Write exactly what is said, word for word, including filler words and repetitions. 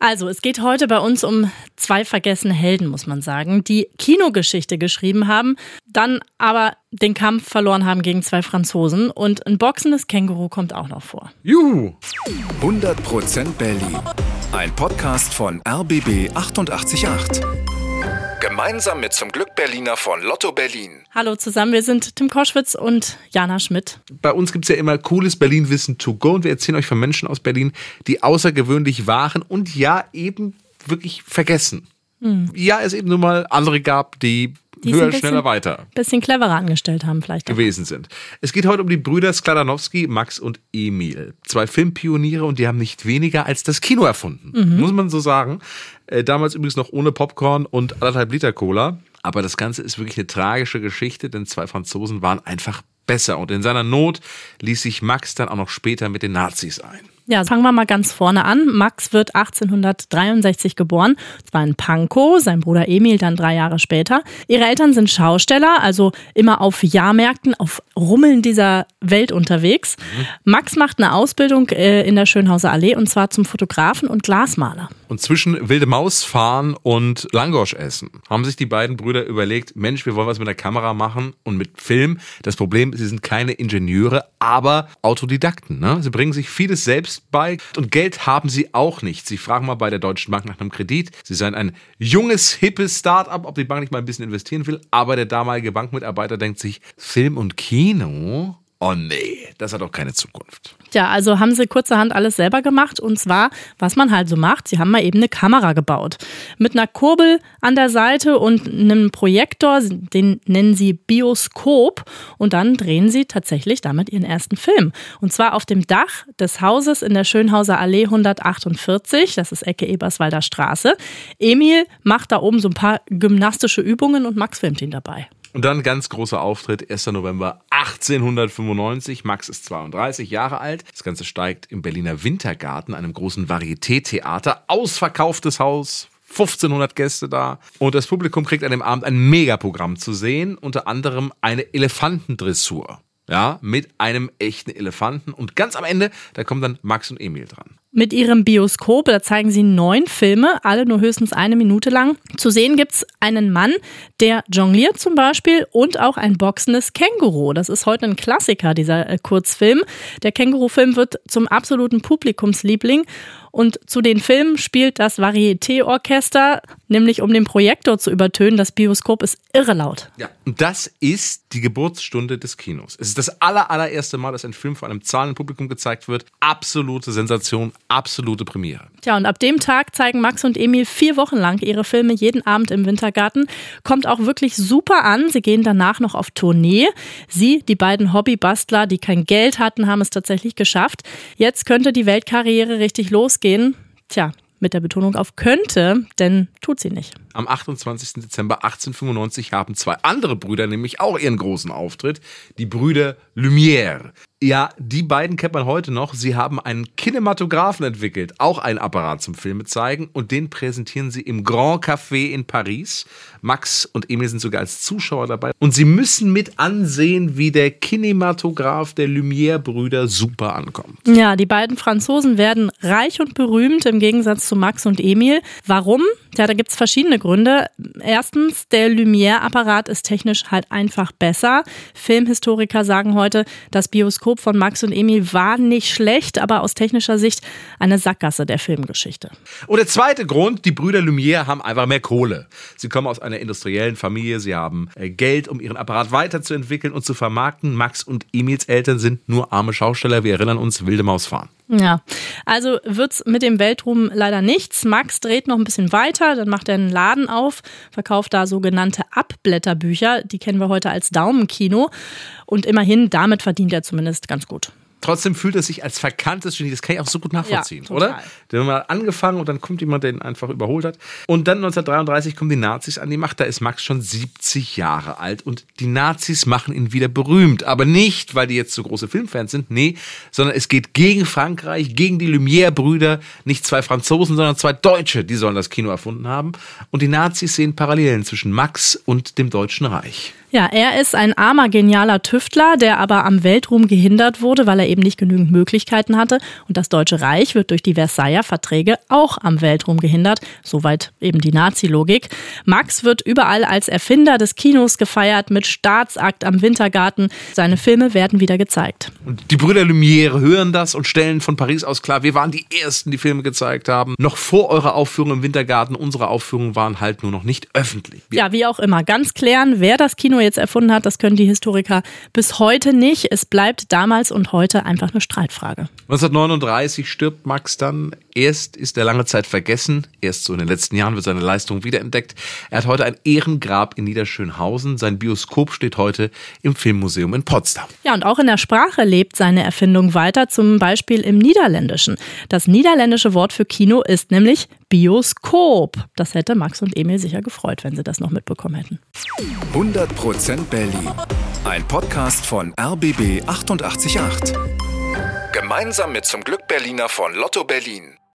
Also, es geht heute bei uns um zwei vergessene Helden, muss man sagen, die Kinogeschichte geschrieben haben, dann aber den Kampf verloren haben gegen zwei Franzosen. Und ein boxendes Känguru kommt auch noch vor. Juhu! hundert Prozent Berlin. Ein Podcast von R B B achtundachtzig Komma acht. Gemeinsam mit Zum Glück Berliner von Lotto Berlin. Hallo zusammen, wir sind Tim Koschwitz und Jana Schmidt. Bei uns gibt es ja immer cooles Berlin-Wissen to go und wir erzählen euch von Menschen aus Berlin, die außergewöhnlich waren und ja eben wirklich vergessen. Hm. Ja, es eben nur mal andere gab, die, die höher, bisschen, schneller, weiter. Ein bisschen cleverer angestellt haben vielleicht. Auch. Gewesen sind. Es geht heute um die Brüder Skladanowsky, Max und Emil. Zwei Filmpioniere und die haben nicht weniger als das Kino erfunden. Mhm. Muss man so sagen. Äh, damals übrigens noch ohne Popcorn und anderthalb Liter Cola. Aber das Ganze ist wirklich eine tragische Geschichte, denn zwei Franzosen waren einfach besser. Und in seiner Not ließ sich Max dann auch noch später mit den Nazis ein. Ja, fangen wir mal ganz vorne an. Max wird achtzehnhundertdreiundsechzig geboren, zwar in Pankow, sein Bruder Emil dann drei Jahre später. Ihre Eltern sind Schausteller, also immer auf Jahrmärkten, auf Rummeln dieser Welt unterwegs. Mhm. Max macht eine Ausbildung in der Schönhauser Allee und zwar zum Fotografen und Glasmaler. Und zwischen wilde Maus fahren und Langosch essen haben sich die beiden Brüder überlegt, Mensch, wir wollen was mit der Kamera machen und mit Film. Das Problem ist, sie sind keine Ingenieure, aber Autodidakten. Ne? Sie bringen sich vieles selbst bei und Geld haben sie auch nicht. Sie fragen mal bei der Deutschen Bank nach einem Kredit. Sie seien ein junges, hippes Start-up, ob die Bank nicht mal ein bisschen investieren will. Aber der damalige Bankmitarbeiter denkt sich, Film und Kino? Oh nee, das hat doch keine Zukunft. Ja, also haben sie kurzerhand alles selber gemacht und zwar, was man halt so macht, sie haben mal eben eine Kamera gebaut. Mit einer Kurbel an der Seite und einem Projektor, den nennen sie Bioskop und dann drehen sie tatsächlich damit ihren ersten Film. Und zwar auf dem Dach des Hauses in der Schönhauser Allee hundertachtundvierzig, das ist Ecke Eberswalder Straße. Emil macht da oben so ein paar gymnastische Übungen und Max filmt ihn dabei. Und dann ganz großer Auftritt, erster November achtzehnhundertfünfundneunzig. Max ist zweiunddreißig Jahre alt. Das Ganze steigt im Berliner Wintergarten, einem großen Varieté-Theater. Ausverkauftes Haus, fünfzehnhundert Gäste da. Und das Publikum kriegt an dem Abend ein Megaprogramm zu sehen. Unter anderem eine Elefantendressur. Ja, mit einem echten Elefanten. Und ganz am Ende, da kommen dann Max und Emil dran. Mit ihrem Bioskop, da zeigen sie neun Filme, alle nur höchstens eine Minute lang. Zu sehen gibt's einen Mann, der jongliert zum Beispiel und auch ein boxendes Känguru. Das ist heute ein Klassiker, dieser äh, Kurzfilm. Der Känguru-Film wird zum absoluten Publikumsliebling. Und zu den Filmen spielt das Varieté-Orchester, nämlich um den Projektor zu übertönen. Das Bioskop ist irre laut. Ja, und das ist die Geburtsstunde des Kinos. Es ist das aller, allererste Mal, dass ein Film vor einem zahlenden Publikum gezeigt wird. Absolute Sensation, absolute Premiere. Tja, und ab dem Tag zeigen Max und Emil vier Wochen lang ihre Filme jeden Abend im Wintergarten. Kommt auch wirklich super an. Sie gehen danach noch auf Tournee. Sie, die beiden Hobbybastler, die kein Geld hatten, haben es tatsächlich geschafft. Jetzt könnte die Weltkarriere richtig losgehen. Gehen. Tja, mit der Betonung auf könnte, denn tut sie nicht. Am achtundzwanzigsten Dezember achtzehnhundertfünfundneunzig haben zwei andere Brüder nämlich auch ihren großen Auftritt. Die Brüder Lumière. Ja, die beiden kennt man heute noch. Sie haben einen Kinematographen entwickelt, auch einen Apparat zum Filme zeigen. Und den präsentieren sie im Grand Café in Paris. Max und Emil sind sogar als Zuschauer dabei. Und sie müssen mit ansehen, wie der Kinematograph der Lumière-Brüder super ankommt. Ja, die beiden Franzosen werden reich und berühmt im Gegensatz zu Max und Emil. Warum? Ja, da gibt es verschiedene Gründe. Erstens, der Lumière-Apparat ist technisch halt einfach besser. Filmhistoriker sagen heute, das Bioskop von Max und Emil war nicht schlecht, aber aus technischer Sicht eine Sackgasse der Filmgeschichte. Und der zweite Grund, die Brüder Lumière haben einfach mehr Kohle. Sie kommen aus einer industriellen Familie, sie haben Geld, um ihren Apparat weiterzuentwickeln und zu vermarkten. Max und Emils Eltern sind nur arme Schausteller, wir erinnern uns, wilde Maus fahren. Ja, also wird's mit dem Weltruhm leider nichts. Max dreht noch ein bisschen weiter, dann macht er einen Laden auf, verkauft da sogenannte Abblätterbücher, die kennen wir heute als Daumenkino und immerhin, damit verdient er zumindest ganz gut. Trotzdem fühlt er sich als verkanntes Genie. Das kann ich auch so gut nachvollziehen, ja, oder? Der hat mal angefangen und dann kommt jemand, der ihn einfach überholt hat. Und dann neunzehnhundertdreiunddreißig kommen die Nazis an die Macht. Da ist Max schon siebzig Jahre alt und die Nazis machen ihn wieder berühmt. Aber nicht, weil die jetzt so große Filmfans sind, nee, sondern es geht gegen Frankreich, gegen die Lumière-Brüder. Nicht zwei Franzosen, sondern zwei Deutsche, die sollen das Kino erfunden haben. Und die Nazis sehen Parallelen zwischen Max und dem Deutschen Reich. Ja, er ist ein armer, genialer Tüftler, der aber am Weltruhm gehindert wurde, weil er eben nicht genügend Möglichkeiten hatte. Und das Deutsche Reich wird durch die Versailler Verträge auch am Weltruhm gehindert. Soweit eben die Nazi-Logik. Max wird überall als Erfinder des Kinos gefeiert, mit Staatsakt am Wintergarten. Seine Filme werden wieder gezeigt. Und die Brüder Lumière hören das und stellen von Paris aus klar, wir waren die Ersten, die Filme gezeigt haben. Noch vor eurer Aufführung im Wintergarten, unsere Aufführungen waren halt nur noch nicht öffentlich. Wir ja, wie auch immer. Ganz klären, wer das Kino jetzt erfunden hat, das können die Historiker bis heute nicht. Es bleibt damals und heute einfach eine Streitfrage. neunzehnhundertneununddreißig stirbt Max dann. Erst ist er lange Zeit vergessen. Erst so in den letzten Jahren wird seine Leistung wiederentdeckt. Er hat heute ein Ehrengrab in Niederschönhausen. Sein Bioskop steht heute im Filmmuseum in Potsdam. Ja, und auch in der Sprache lebt seine Erfindung weiter, zum Beispiel im Niederländischen. Das niederländische Wort für Kino ist nämlich Bioskop. Das hätte Max und Emil sicher gefreut, wenn sie das noch mitbekommen hätten. hundert Prozent Berlin. Ein Podcast von R B B achtundachtzig Komma acht. Gemeinsam mit Zum Glück Berliner von Lotto Berlin.